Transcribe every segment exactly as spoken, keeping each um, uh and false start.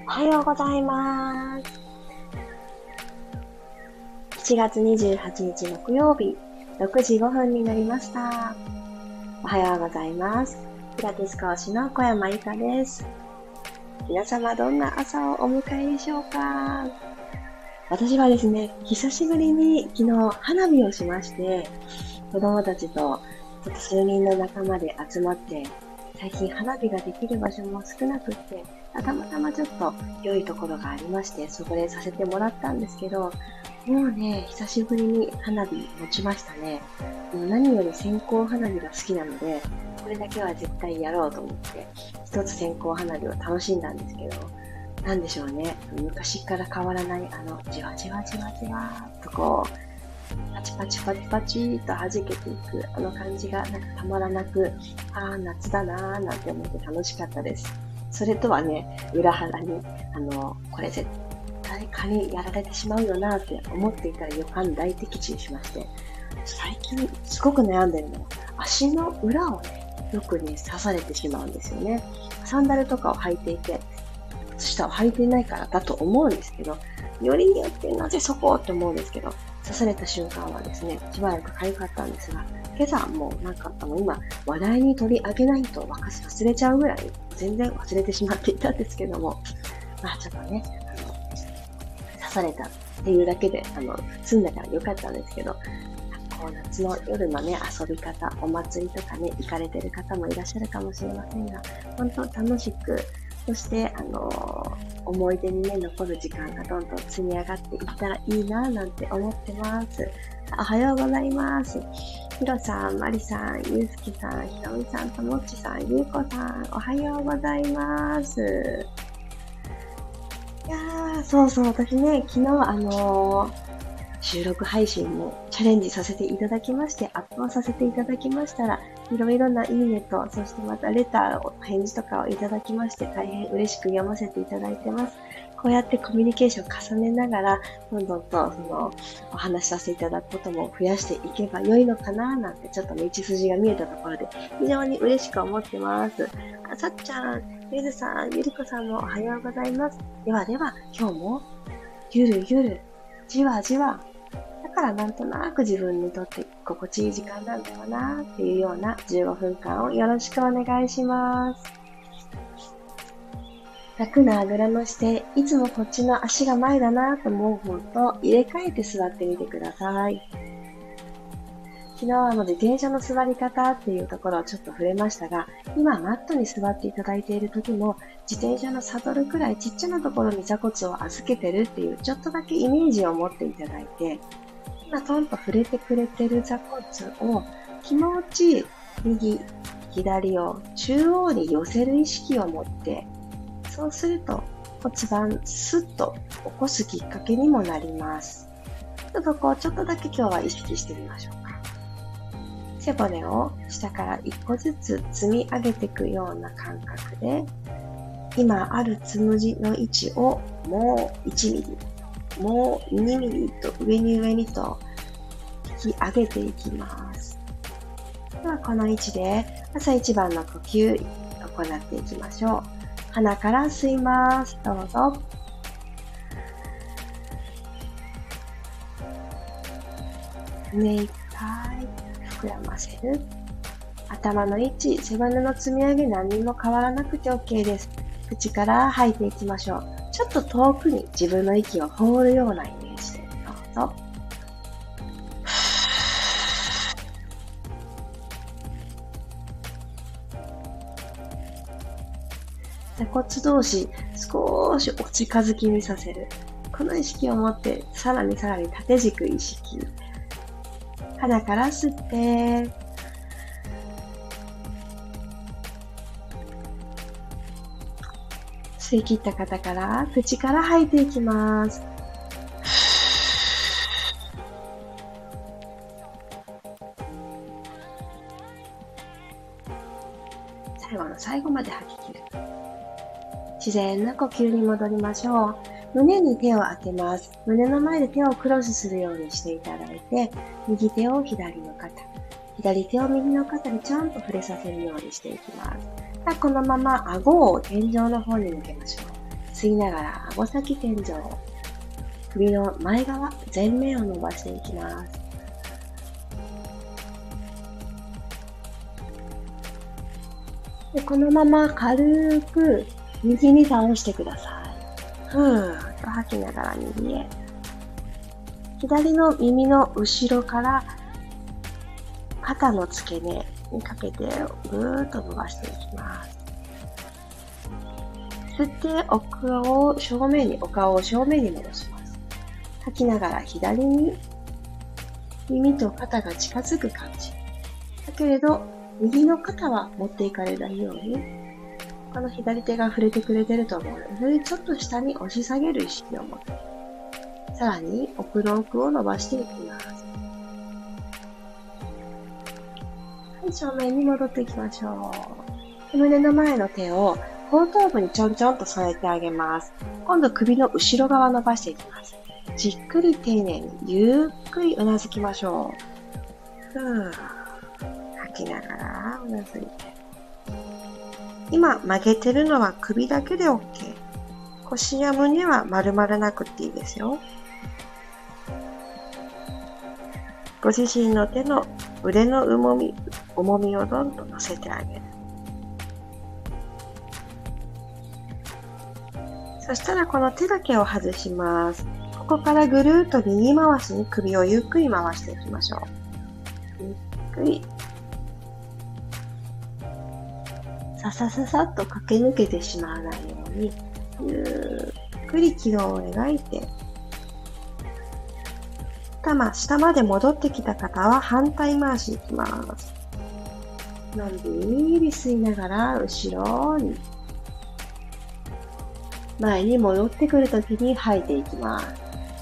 おはようございます。しちがつにじゅうはちにち木曜日、ろくじごふんになりました。おはようございます。ピラティス講師の小山由かです。皆様どんな朝をお迎えでしょうか？私はですね、久しぶりに昨日花火をしまして、子供たちとちょっと数人の仲間で集まって、最近花火ができる場所も少なくって、たまたまちょっと良いところがありまして、そこでさせてもらったんですけど、もうね、久しぶりに花火持ちましたね。もう何より線香花火が好きなので、これだけは絶対やろうと思って、一つ線香花火を楽しんだんですけど、なんでしょうね、昔から変わらない、あの、じわじわじわじわーっとこう、パチパチパチパチと弾けていく、あの感じがなんかたまらなく、あー夏だなーなんて思って楽しかったです。それとはね、裏腹に、あの、これ絶対蚊にやられてしまうよなーって思っていたら予感大的中しまして、最近すごく悩んでるのは、足の裏をね、よくね、刺されてしまうんですよね。サンダルとかを履いていて、靴下を履いていないからだと思うんですけど、よりによってなぜそこって思うんですけど、刺された瞬間はですね、しばらく痒かったんですが、今朝はもうなんかあの今話題に取り上げないと忘れちゃうぐらい全然忘れてしまっていたんですけども、まあちょっとね、あの刺されたっていうだけであの済んだから良かったんですけど、こう夏の夜のね遊び方、お祭りとかね行かれてる方もいらっしゃるかもしれませんが、本当楽しく、そしてあのー、思い出にね残る時間がどんどん積み上がっていったらいいななんて思ってます。おはようございます。ひろさん、まりさん、ゆうすけさん、ひろみさん、ともっちさん、ゆうこさん、おはようございます。いやー、そうそう、私ね、昨日あのー、収録配信もチャレンジさせていただきまして、アップをさせていただきましたら、いろいろないいねと、そしてまたレターを、返事とかをいただきまして、大変嬉しく読ませていただいてます。こうやってコミュニケーションを重ねながら、どんどんとそのお話しさせていただくことも増やしていけば良いのかななんて、ちょっと道筋が見えたところで、非常に嬉しく思ってます。あさっちゃん、ゆずさん、ゆりこさんもおはようございます。ではでは、今日も、ゆるゆる、じわじわ、だからなんとなく自分にとって心地いい時間なんだよなっていうようなじゅうごふんかんをよろしくお願いします。楽なあぐらのしていつもこっちの足が前だなと思う方と入れ替えて座ってみてください。昨日はあの自転車の座り方っていうところをちょっと触れましたが、今マットに座っていただいている時も自転車のサドルくらいちっちゃなところに座骨を預けてるっていうちょっとだけイメージを持っていただいて、今トンと触れてくれてる座骨を気持ち右、左を中央に寄せる意識を持って、そうすると骨盤スッと起こすきっかけにもなります。ちょっとこうちょっとだけ今日は意識してみましょうか。背骨を下から一個ずつ積み上げていくような感覚で、今あるつむじの位置をもういちミリ、もうにミリと上に上にと引き上げていきます。ではこの位置で朝一番の呼吸行っていきましょう。鼻から吸います。どうぞ。目いっぱい膨らませる。頭の位置、背骨の積み上げ何も変わらなくて OK です。口から吐いていきましょう。ちょっと遠くに自分の息を放るようなイメージでどうぞ。座骨同士少しお近づきにさせる。この意識を持ってさらにさらに縦軸意識。鼻から吸って吸い切った方から口から吐いていきます。最後の最後まで吐き切る。自然な呼吸に戻りましょう。胸に手を当てます。胸の前で手をクロスするようにしていただいて、右手を左の肩、左手を右の肩にちょんと触れさせるようにしていきます。このまま顎を天井の方に向けましょう。 吸いながら顎先天井、首の前側、前面を伸ばしていきます。でこのまま軽く右に倒してください。ふーっと吐きながら右へ。左の耳の後ろから肩の付け根にかけてぐーっと伸ばしていきます。吸ってお顔を正面に、お顔を正面に戻します。吐きながら左に耳と肩が近づく感じ。だけれど、右の肩は持っていかれないように、この左手が触れてくれてると思うので、それでちょっと下に押し下げる意識を持って、さらに奥の奥を伸ばしていきます。はい、正面に戻っていきましょう。胸の前の手を後頭部にちょんちょんと添えてあげます。今度首の後ろ側伸ばしていきます。じっくり丁寧にゆっくりうなずきましょう。ふー吐きながらうなずいて。今曲げてるのは首だけで OK。腰や胸は丸々なくていいですよ。ご自身の手の腕の重み、重みをどんと乗せてあげる。そしたらこの手だけを外します。ここからぐるーっと右回しに首をゆっくり回していきましょう。ゆっくり。ささささっと駆け抜けてしまわないように、ゆっくり軌道を描いて、頭、下まで戻ってきた方は反対回しいきます。のんびり吸いながら後ろに、前に戻ってくるときに吐いていきます。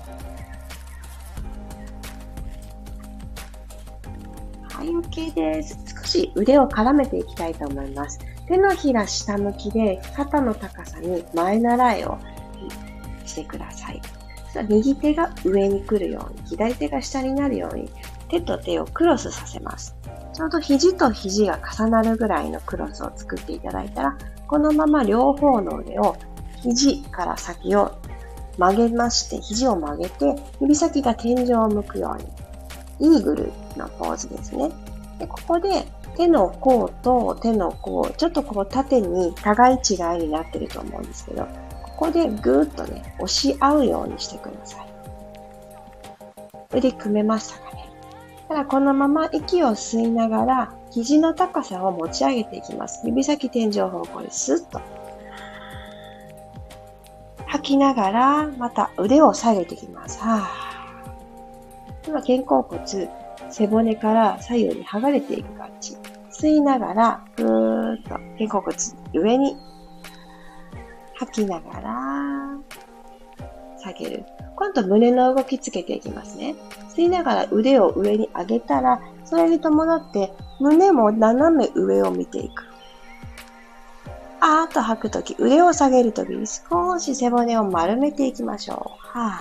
はい、OK です。少し腕を絡めていきたいと思います。手のひら下向きで肩の高さに前習いをしてください。右手が上に来るように、左手が下になるように、手と手をクロスさせます。ちょうど肘と肘が重なるぐらいのクロスを作っていただいたら、このまま両方の腕を肘から先を曲げまして、肘を曲げて、指先が天井を向くように、イーグルのポーズですね。でここで手の甲と手の甲、ちょっとこう縦に互い違いになってると思うんですけど、ここでぐーっとね、押し合うようにしてください。腕組めましたかね。ただこのまま息を吸いながら、肘の高さを持ち上げていきます。指先天井方向にスッと。吐きながら、また腕を下げていきます。はぁ。今、肩甲骨、背骨から左右に剥がれていく感じ。吸いながら、ぐーっと肩甲骨上に。吐きながら、下げる。今度胸の動きつけていきますね。吸いながら腕を上に上げたら、それに伴って胸も斜め上を見ていく。あーっと吐くとき、腕を下げるときに少し背骨を丸めていきましょう。は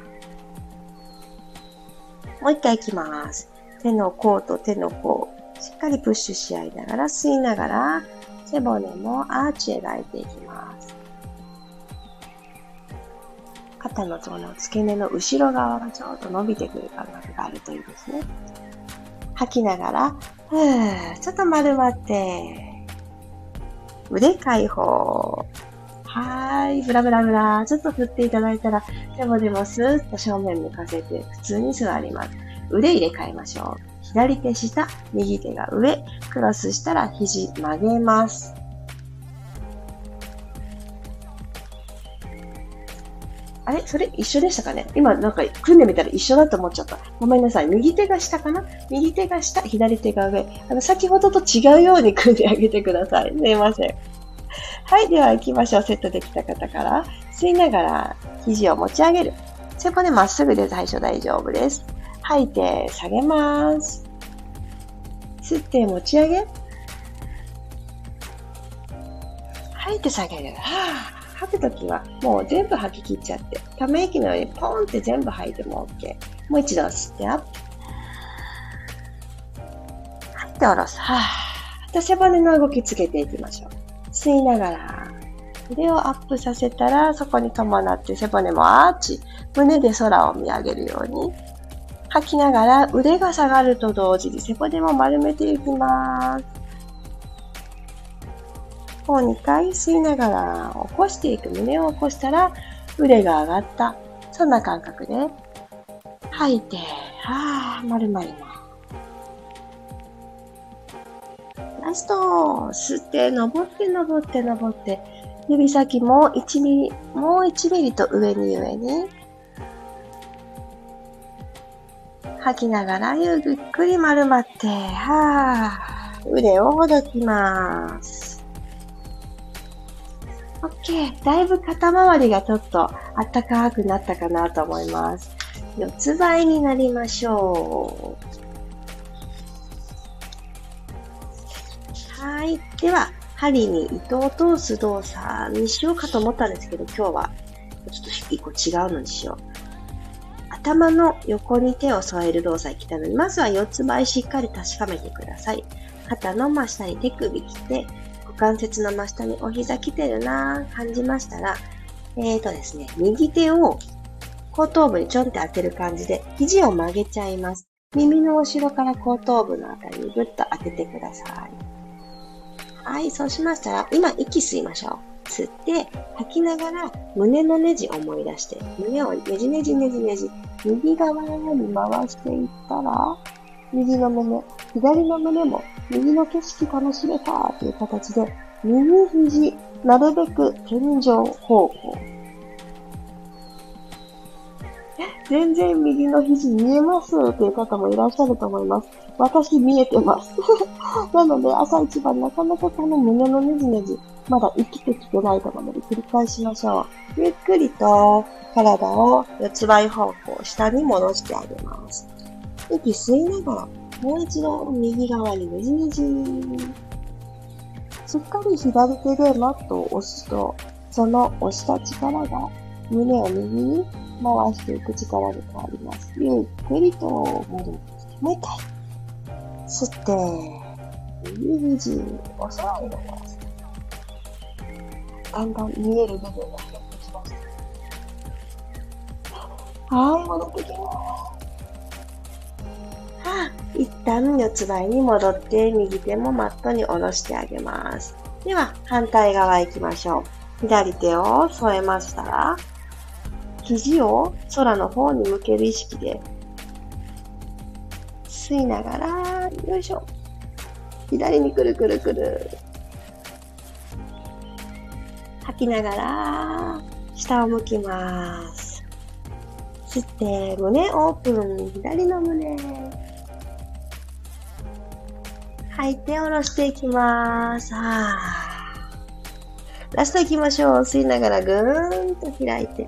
ー。もう一回いきます。手の甲と手の甲、しっかりプッシュし合いながら、吸いながら、背骨もアーチ描いていきます。肩のその付け根の後ろ側がちょっと伸びてくる感覚があるといいですね。吐きながら、ふー、ちょっと丸まって、腕解放。はーい、ブラブラブラ。ちょっと振っていただいたら、背骨もスーッと正面向かせて、普通に座ります。腕入れ替えましょう。左手下、右手が上、クロスしたら肘曲げます。あれそれ一緒でしたかね。今なんか組んでみたら一緒だと思っちゃった。ごめんなさい。右手が下かな。右手が下、左手が上。あの、先ほどと違うように組んであげてください。すいません。はい。では行きましょう。セットできた方から。吸いながら肘を持ち上げる。背骨まっすぐで最初大丈夫です。吐いて下げます。吸って持ち上げ。吐いて下げる。はぁ。吐くときはもう全部吐き切っちゃって、ため息のようにポンって全部吐いても OK。もう一度吸ってアップ。吐いて下ろす。はぁ。背骨の動きつけていきましょう。吸いながら、 腕をアップさせたら、そこに伴って背骨もアーチ、胸で空を見上げるように。吐きながら腕が下がると同時に背骨も丸めていきます。もうにかい吸いながら起こしていく。胸を起こしたら腕が上がった。そんな感覚で吐いて、はぁ、丸まります。ラスト、吸って、登って、登って、登って、指先もいちミリ、もういちミリと上に上に。吐きながらゆっくり丸まって、はぁ、腕をほどきます。OK。だいぶ肩周りがちょっとあったかくなったかなと思います。四つ倍になりましょう。はい。では、針に糸を通す動作にしようかと思ったんですけど、今日はちょっと一個違うのにしよう。頭の横に手を添える動作に来たので、まずは四つ倍しっかり確かめてください。肩の真下に手首来て、股関節の真下にお膝来てるなぁ感じましたら、えーとですね、右手を後頭部にちょんって当てる感じで、肘を曲げちゃいます。耳の後ろから後頭部のあたりにぐっと当ててください。はい、そうしましたら、今息吸いましょう。吸って、吐きながら胸のネジを思い出して、胸をねじねじねじねじ、右側に回していったら、右の胸、左の胸も右の景色楽しめたという形で、右肘、なるべく天井方向。全然右の肘見えますという方もいらっしゃると思います。私見えてます。なので朝一番なかなかこの胸のネジネジまだ生きてきてないと思うので繰り返しましょう。ゆっくりと体を四つ倍方向下に戻してあげます。息吸いながらもう一度右側にねじねじ。しっかり左手でマットを押すと、その押した力が胸を右に回していく力に変わります。ゆっくりと戻って、もう一回。吸って、右肘、お空に伸ばす。だんだん見える部分が減ってきました。はい、戻ってきます。はぁ、一旦四つ倍に戻って、右手もマットに下ろしてあげます。では、反対側行きましょう。左手を添えましたら、肘を空の方に向ける意識で、吸いながら、よいしょ。左にくるくるくる。吐きながら、下を向きます。吸って、胸オープン。左の胸。吐いて下ろしていきます。はぁ。ラスト行きましょう。吸いながらぐーんと開いて。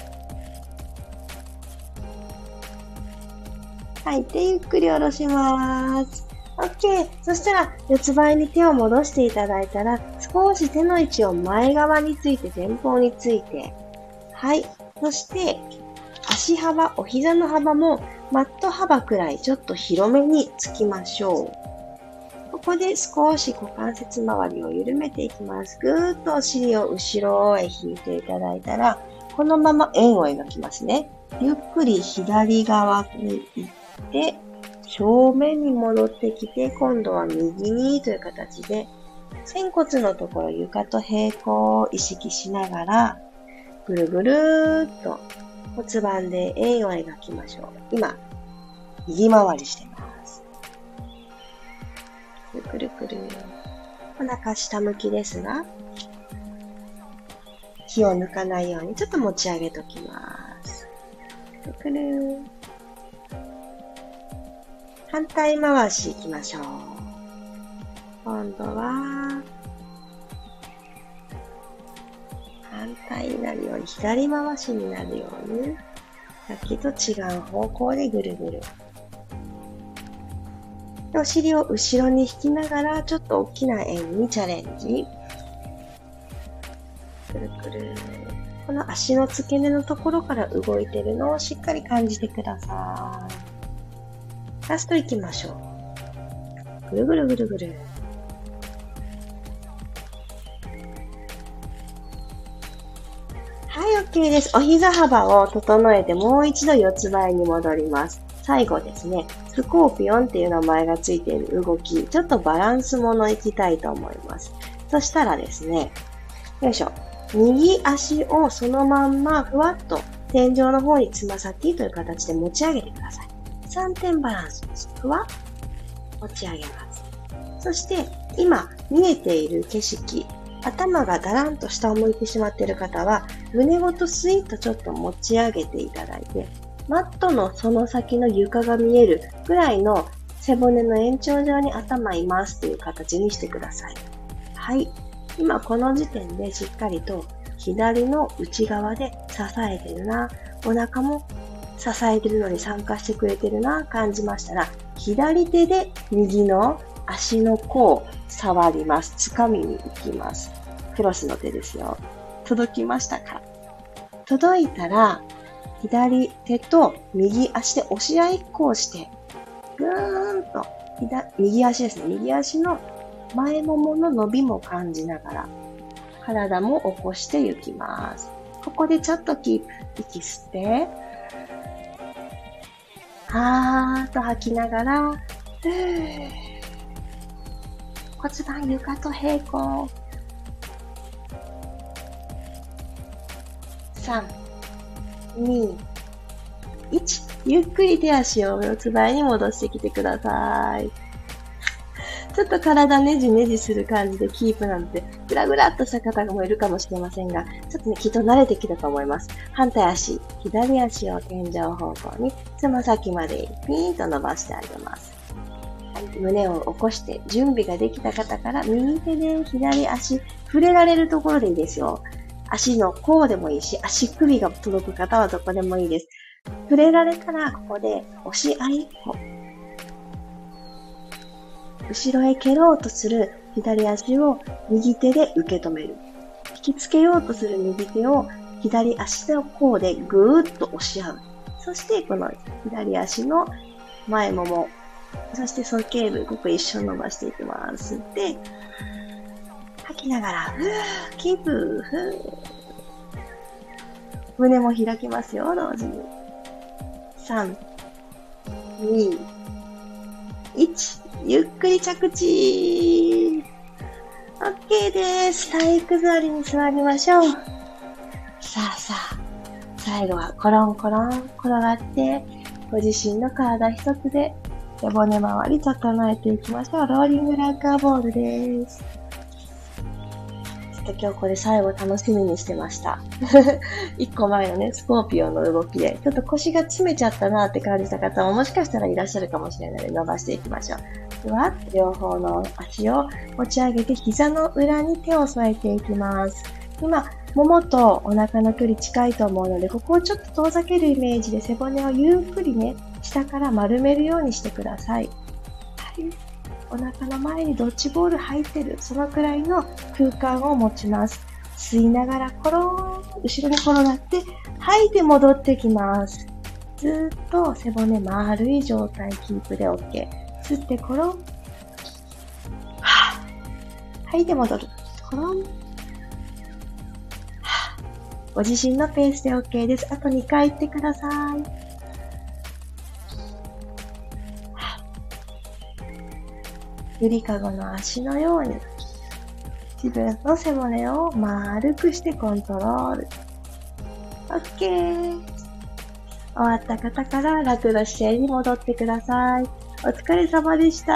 吐いてゆっくり下ろします。OK。そしたら四つ倍に手を戻していただいたら、少し手の位置を前側について前方について。はい。そして、足幅、お膝の幅もマット幅くらいちょっと広めにつきましょう。ここで少し股関節周りを緩めていきます。ぐーっとお尻を後ろへ引いていただいたら、このまま円を描きますね。ゆっくり左側に行って、正面に戻ってきて、今度は右にという形で、仙骨のところ床と平行を意識しながら、ぐるぐるーっと骨盤で円を描きましょう。今、右回りしてます。くるくるくる。お腹下向きですが、気を抜かないようにちょっと持ち上げときます。くるくる。反対回しいきましょう。今度は、反対になるように、左回しになるように、さっきと違う方向でぐるぐる。お尻を後ろに引きながら、ちょっと大きな円にチャレンジ。くるくる。この足の付け根のところから動いているのをしっかり感じてください。ラスト行きましょう。ぐるぐるぐるぐる。 OK です。お膝幅を整えてもう一度四つ倍に戻ります。最後ですね、スコーピオンっていう名前がついている動き、ちょっとバランスものいきたいと思います。そしたらですね、よいしょ。右足をそのまんまふわっと天井の方につま先という形で持ち上げてください。さんてんバランスです。ふわっ持ち上げます。そして今見えている景色、頭がだらんと下を向いてしまっている方は胸ごとスイッとちょっと持ち上げていただいて、マットのその先の床が見えるぐらいの背骨の延長上に頭いますという形にしてください。はい。今この時点でしっかりと左の内側で支えてるな、お腹も支えてるのに参加してくれてるな感じましたら、左手で右の足の甲を触ります。掴みに行きます。クロスの手ですよ。届きましたか？届いたら、左手と右足で押し合いっこをして、ぐーんと右足ですね。右足の前ももの伸びも感じながら、体も起こしていきます。ここでちょっとキープ、息吸って、はーっと吐きながら、ふー骨盤床と平行。さん、に、いち。ゆっくり手足を四つ倍に戻してきてください。ちょっと体ねじねじする感じでキープなので、ぐらぐらっとした方もいるかもしれませんが、ちょっとね、きっと慣れてきたと思います。反対足、左足を天井方向に、つま先までピーンと伸ばしてあげます。はい、胸を起こして準備ができた方から右手で左足、触れられるところでいいですよ。足の甲でもいいし、足首が届く方はどこでもいいです。触れられたら、ここで押し合いっこ。後ろへ蹴ろうとする左足を右手で受け止める。引きつけようとする右手を左足の甲でぐーっと押し合う。そしてこの左足の前もも、そして鼠径部、ここ一緒に伸ばしていきます。で、吐きながら、ふー、キープ、ふー。胸も開きますよ、同時に。さん、に、いち。ゆっくり着地。OK です。体育座りに座りましょう。さあさあ、最後はコロンコロン転がって、ご自身の体一つで背骨周り整えていきましょう。ローリングラッカーボールです。ちょっと今日これ最後楽しみにしてました。一個前のね、スコーピオンの動きで、ちょっと腰が詰めちゃったなって感じた方ももしかしたらいらっしゃるかもしれないので伸ばしていきましょう。では、両方の足を持ち上げて膝の裏に手を添えていきます。今、ももとお腹の距離近いと思うので、ここをちょっと遠ざけるイメージで背骨をゆっくりね、下から丸めるようにしてください。はい。お腹の前にドッジボール入ってる、そのくらいの空間を持ちます。吸いながらコローン、後ろに転がって、吐いて戻ってきます。ずーっと背骨丸い状態キープで OK。吸ってコロン。はぁ吐いて戻る。コロン。はぁご自身のペースで OK です。あとにかい言ってください。ゆりかごの足のように自分の背骨を丸くしてコントロール。OK。終わった方から楽な姿勢に戻ってください。お疲れ様でした。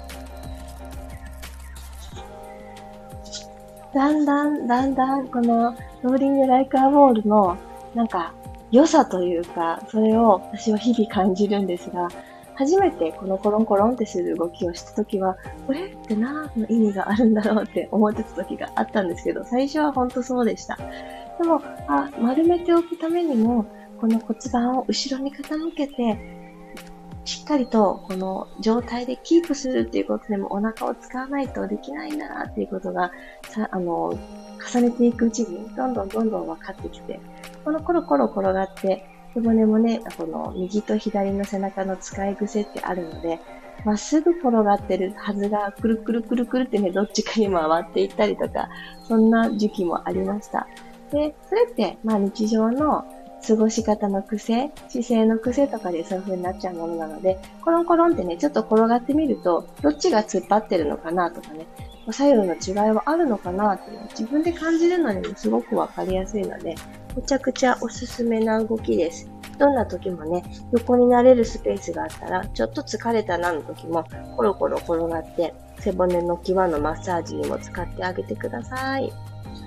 だんだん、だんだん、このローリングライカーボールのなんか良さというか、それを私は日々感じるんですが、初めてこのコロンコロンってする動きをしたときは、これって何の意味があるんだろうって思ってたときがあったんですけど、最初は本当そうでした。でも、あ、丸めておくためにも、この骨盤を後ろに傾けて、しっかりとこの状態でキープするっていうことでもお腹を使わないとできないなっていうことが、さあの、重ねていくうちにどんどんどんどん分かってきて、このコロコロ転がって、背骨もね、この右と左の背中の使い癖ってあるので、まっすぐ転がってるはずが、くるくるくるくるってね、どっちかに回っていったりとか、そんな時期もありました。 で、それって、まあ日常の過ごし方の癖、姿勢の癖とかでそういう風になっちゃうものなので、コロンコロンってね、ちょっと転がってみると、どっちが突っ張ってるのかなとかね、左右の違いはあるのかなっていうのを自分で感じるのにもすごくわかりやすいので、めちゃくちゃおすすめな動きです。どんな時もね、横になれるスペースがあったら、ちょっと疲れたなの時も、コロコロ転がって、背骨の際のマッサージにも使ってあげてください。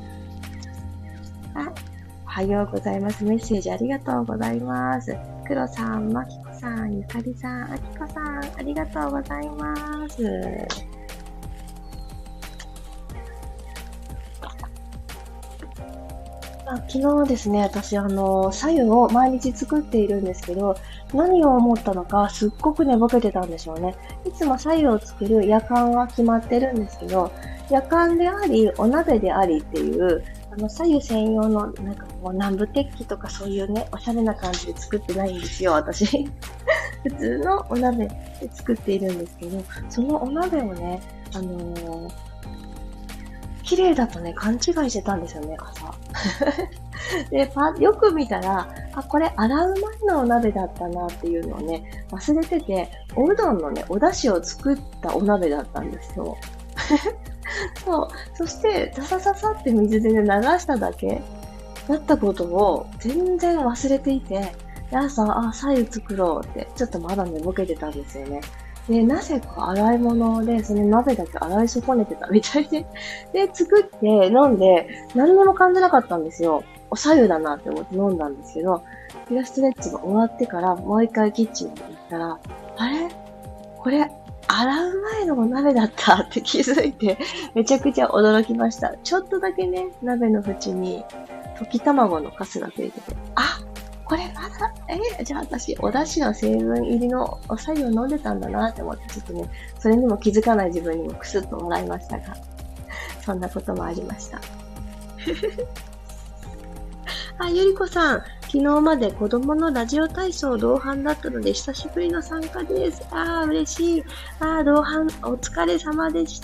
あ、おはようございます。メッセージありがとうございます。クロさん、マキコさん、ゆかりさん、あきこさん、ありがとうございます。あ、昨日ですね、私、あの、白湯を毎日作っているんですけど、何を思ったのか、すっごく寝ぼけてたんでしょうね。いつも白湯を作る夜間は決まってるんですけど、夜間であり、お鍋でありっていう、あの、白湯専用の、なんかこう、南部鉄器とかそういうね、おしゃれな感じで作ってないんですよ、私。普通のお鍋で作っているんですけど、そのお鍋をね、あのー綺麗だとね、勘違いしてたんですよね、朝。で、パよく見たら、あ、これ洗う前のお鍋だったなっていうのをね、忘れてて、おうどんのね、お出汁を作ったお鍋だったんですよ。そう。そして、ザサザサって水でね、流しただけだったことを全然忘れていて、で朝、あ、白湯作ろうって、ちょっとまだ寝ぼけてたんですよね。で、なぜか洗い物で、その鍋だけ洗い損ねてたみたいで、で、作って飲んで、何にも感じなかったんですよ。お白湯だなって思って飲んだんですけど、ピラストレッチが終わってから、もう一回キッチンに行ったら、あれこれ、洗う前のお鍋だったって気づいて、めちゃくちゃ驚きました。ちょっとだけね、鍋の縁に、溶き卵のカスがついてて、あこれまだ、えじゃあ私、お出汁の成分入りのお白湯を飲んでたんだなって思って、ちょっとね、それにも気づかない自分にもクスッと笑いましたが、そんなこともありました。あ、ゆりこさん、昨日まで子供のラジオ体操同伴だったので久しぶりの参加です。あー、嬉しい。あー、同伴お疲れ様でした。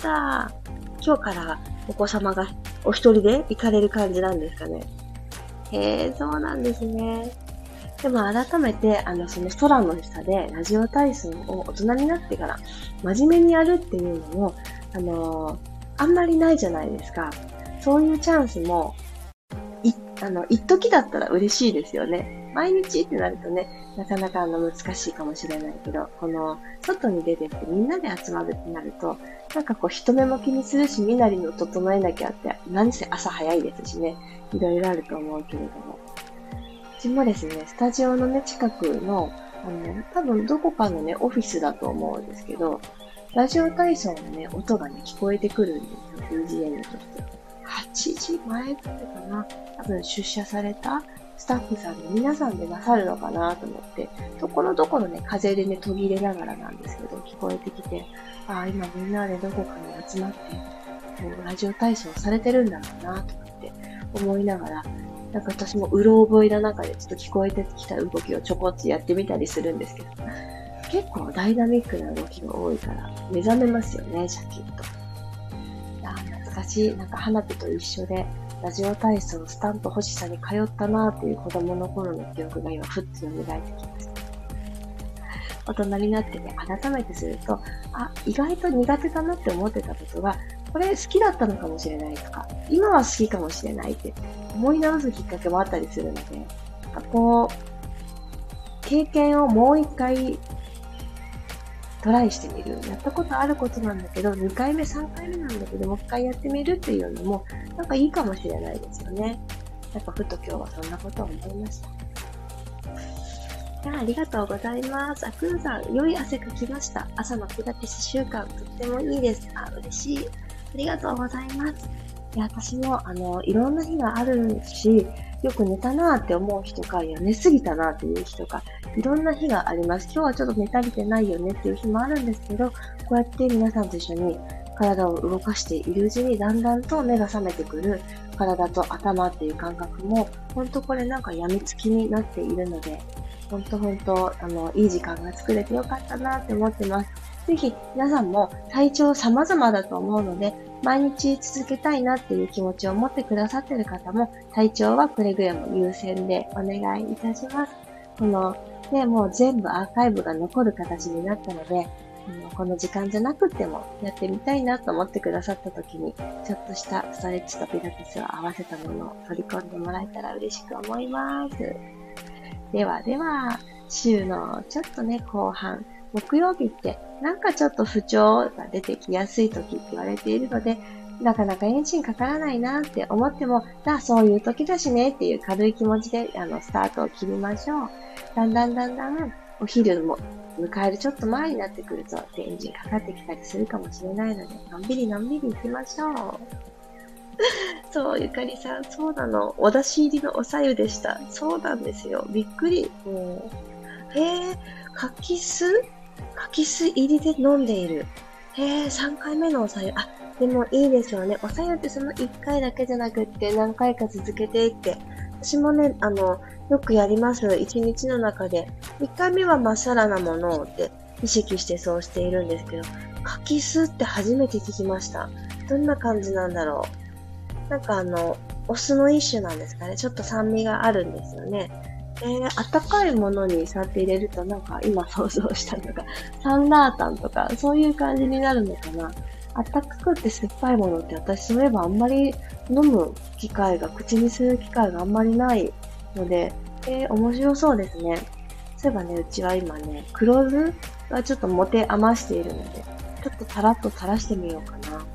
今日からお子様がお一人で行かれる感じなんですかね。へえ、そうなんですね。でも改めて、あの、その空の下でラジオ体操を大人になってから真面目にやるっていうのも、あのーあんまりないじゃないですか。そういうチャンスも、い、あの、一時だったら嬉しいですよね。毎日ってなるとね、なかなかあの難しいかもしれないけど、この、外に出てってみんなで集まるってなると、なんかこう人目も気にするし、身なりの整えなきゃって、何せ朝早いですしね、いろいろあると思うけれども。うちもですね、スタジオのね、近くの、あの、多分どこかのね、オフィスだと思うんですけど、ラジオ体操のね、音がね、聞こえてくるんですよ、ビージーエム として。はちじまえくらいかな、多分出社されたスタッフさんで皆さんでなさるのかなと思って、ところどころね、風でね、途切れながらなんですけど、聞こえてきて、ああ、今みんなでどこかに集まって、こうラジオ体操されてるんだろうな、とかって思いながら、なんか私もうろ覚えの中でちょっと聞こえてきた動きをちょこっとやってみたりするんですけど、結構ダイナミックな動きが多いから目覚めますよね、シャキッと。いやー懐かしい。なんか花火と一緒でラジオ体操スタンプ欲しさに通ったなーっていう子供の頃の記憶が今ふっと蘇ってきました。大人になってね、改めてすると、あ、意外と苦手だなって思ってたことが、これ好きだったのかもしれないとか、今は好きかもしれないって思い直すきっかけもあったりするので、なんかこう、経験をもう一回トライしてみる。やったことあることなんだけど、にかいめ、さんかいめなんだけど、もう一回やってみるっていうのも、なんかいいかもしれないですよね。なんかふと今日はそんなことを思いました。ありがとうございます。あ、くーさん、良い汗かきました。朝のピラティス習慣、とってもいいです。あ、嬉しい。ありがとうございます。いや、私も、あの、いろんな日があるし、よく寝たなーって思う日とか、いや、寝すぎたなーっていう日とか、いろんな日があります。今日はちょっと寝足りてないよねっていう日もあるんですけど、こうやって皆さんと一緒に体を動かしているうちに、だんだんと目が覚めてくる体と頭っていう感覚も、ほんとこれなんか病みつきになっているので、ほんとほんと、あの、いい時間が作れてよかったなって思ってます。ぜひ、皆さんも体調様々だと思うので、 毎日続けたいなっていう気持ちを持ってくださっている方も、体調はくれぐれも優先でお願いいたします。この、ね、もう全部アーカイブが残る形になったので、この時間じゃなくてもやってみたいなと思ってくださった時に、ちょっとしたストレッチとピラティスを合わせたものを取り込んでもらえたら嬉しく思います。ではでは、週のちょっとね、後半、木曜日ってなんかちょっと不調が出てきやすい時って言われているので、なかなかエンジンかからないなって思っても、あ、そういう時だしねっていう軽い気持ちであのスタートを切りましょう。だんだんだんだんお昼も迎えるちょっと前になってくるとエンジンかかってきたりするかもしれないので、のんびりのんびり行きましょう。そう、ゆかりさん、そうなの。お出し入りのおさゆでした。そうなんですよ。びっくり。もう。へえ、柿酢柿酢入りで飲んでいる。へえ、さんかいめのおさゆ。あ、でもいいですよね。おさゆってそのいっかいだけじゃなくって何回か続けていって。私もね、あの、よくやります。いちにちの中で。いっかいめはまっさらなものをって意識してそうしているんですけど、柿酢って初めて聞きました。どんな感じなんだろう。なんかあの、お酢の一種なんですかね。ちょっと酸味があるんですよね。えー、温かいものにさって入れるとなんか今想像したのが、サンラータンとかそういう感じになるのかな。あったかくって酸っぱいものって私そういえばあんまり飲む機会が、口にする機会があんまりないので、えー、面白そうですね。そういえばね、うちは今ね、黒酢がちょっと持て余しているので、ちょっとたらっと垂らしてみようかな。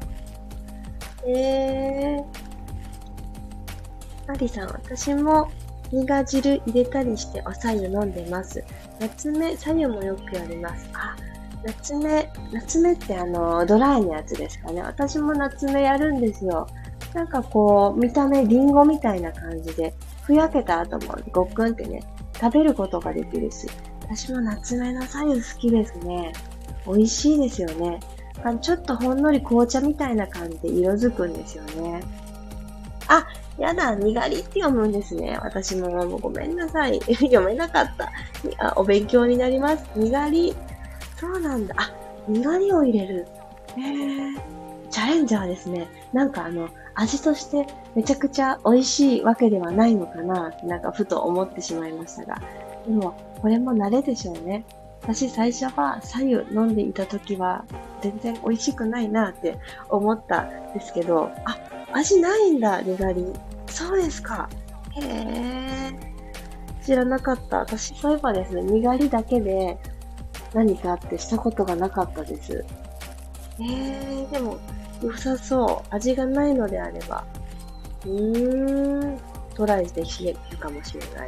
えー、マリさん、私も苦汁入れたりしておさゆ飲んでます。夏目、さゆもよくやります。あ、夏目、夏目ってあの、ドライのやつですかね。私も夏目やるんですよ。なんかこう、見た目リンゴみたいな感じで、ふやけた後もごっくんってね、食べることができるし、私も夏目のさゆ好きですね。美味しいですよね。あのちょっとほんのり紅茶みたいな感じで色づくんですよね。あ、やだ、にがりって読むんですね。私ももうごめんなさい。読めなかった。あ、お勉強になります。にがり。そうなんだ。あ、にがりを入れる。へー。チャレンジャーですね。なんかあの、味としてめちゃくちゃ美味しいわけではないのかなってなんかふと思ってしまいましたが。でも、これも慣れでしょうね。私最初は白湯飲んでいた時は全然美味しくないなって思ったんですけど、あ、味ないんだ、にがり。そうですか。へー。知らなかった。私そういえばですね、にがりだけで何かあってしたことがなかったです。えー、でも良さそう。味がないのであれば。うーん、トライできるかもしれない。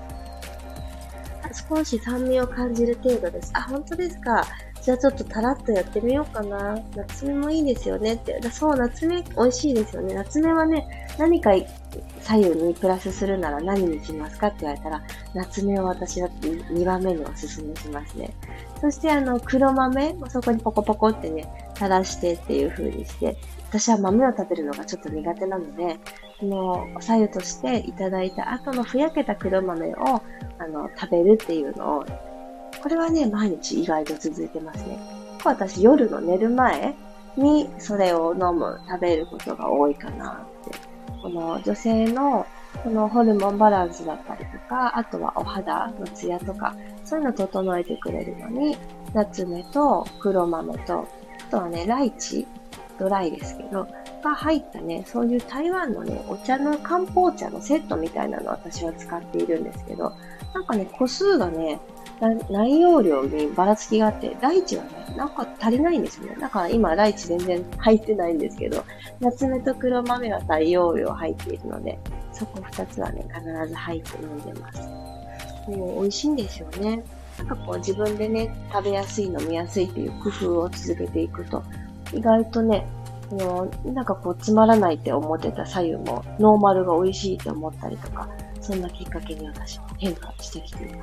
少し酸味を感じる程度です。あ、本当ですか。じゃあちょっとタラッとやってみようかな。夏目もいいですよねって。そう、夏目美味しいですよね。夏目はね、何か左右にプラスするなら何にしますかって言われたら、夏目を私はにばんめにおすすめしますね。そしてあの、黒豆、そこにポコポコってね、垂らしてっていう風にして、私は豆を食べるのがちょっと苦手なので、このおさゆとしていただいた後のふやけた黒豆をあの食べるっていうのを、これはね、毎日意外と続いてますね。私夜の寝る前にそれを飲む、食べることが多いかなって。この女性のこのホルモンバランスだったりとか、あとはお肌のツヤとか、そういうのを整えてくれるのに、夏目と黒豆と、あとはね、ライチ、ドライですけど、が入ったね、そういう台湾のね、お茶の漢方茶のセットみたいなのを私は使っているんですけど、なんかね、個数がね、内容量にばらつきがあって、ライチはね、なんか足りないんですよね。だから今、ライチ全然入ってないんですけど、夏目と黒豆は大容量入っているので、そこ二つはね、必ず入って飲んでます。もう美味しいんですよね。なんかこう自分でね、食べやすい、飲みやすいっていう工夫を続けていくと、意外とね、のなんかこうつまらないって思ってた左右もノーマルが美味しいって思ったりとか、そんなきっかけに私も変化してきています。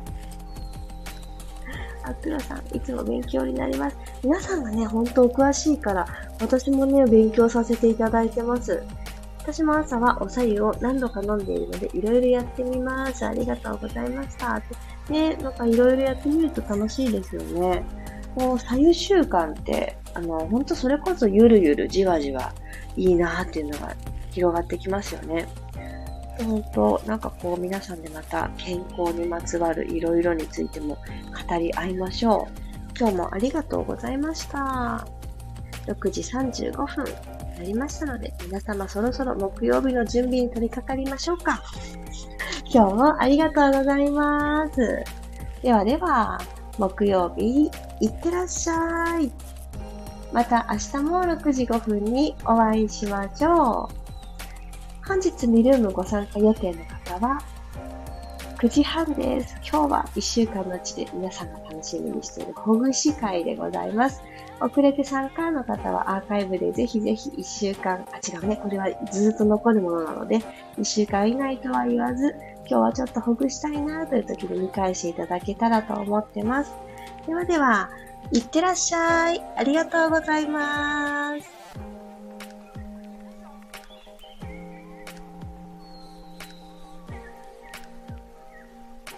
あ、プロさん、いつも勉強になります。皆さんがね、本当お詳しいから、私もね、勉強させていただいてます。私も朝はお白湯を何度か飲んでいるので、いろいろやってみます。ありがとうございました。ね、なんかいろいろやってみると楽しいですよね。 こう、左右習慣って、あの、ほんとそれこそゆるゆるじわじわいいなーっていうのが広がってきますよね。ほんと、なんかこう皆さんでまた健康にまつわるいろいろについても語り合いましょう。今日もありがとうございました。ろくじさんじゅうごふんになりましたので、皆様そろそろ木曜日の準備に取り掛かりましょうか。今日もありがとうございます。ではでは、木曜日、いってらっしゃい。また明日もろくじごふんにお会いしましょう。本日ミルームご参加予定の方はくじはんです。今日はいっしゅうかんのうちで皆さんが楽しみにしているほぐし会でございます。遅れて参加の方はアーカイブでぜひぜひいっしゅうかん、あ、違うね、これはずっと残るものなので、いっしゅうかん以内とは言わず、今日はちょっとほぐしたいなという時に見返していただけたらと思ってます。ではでは、いってらっしゃい。ありがとうございます。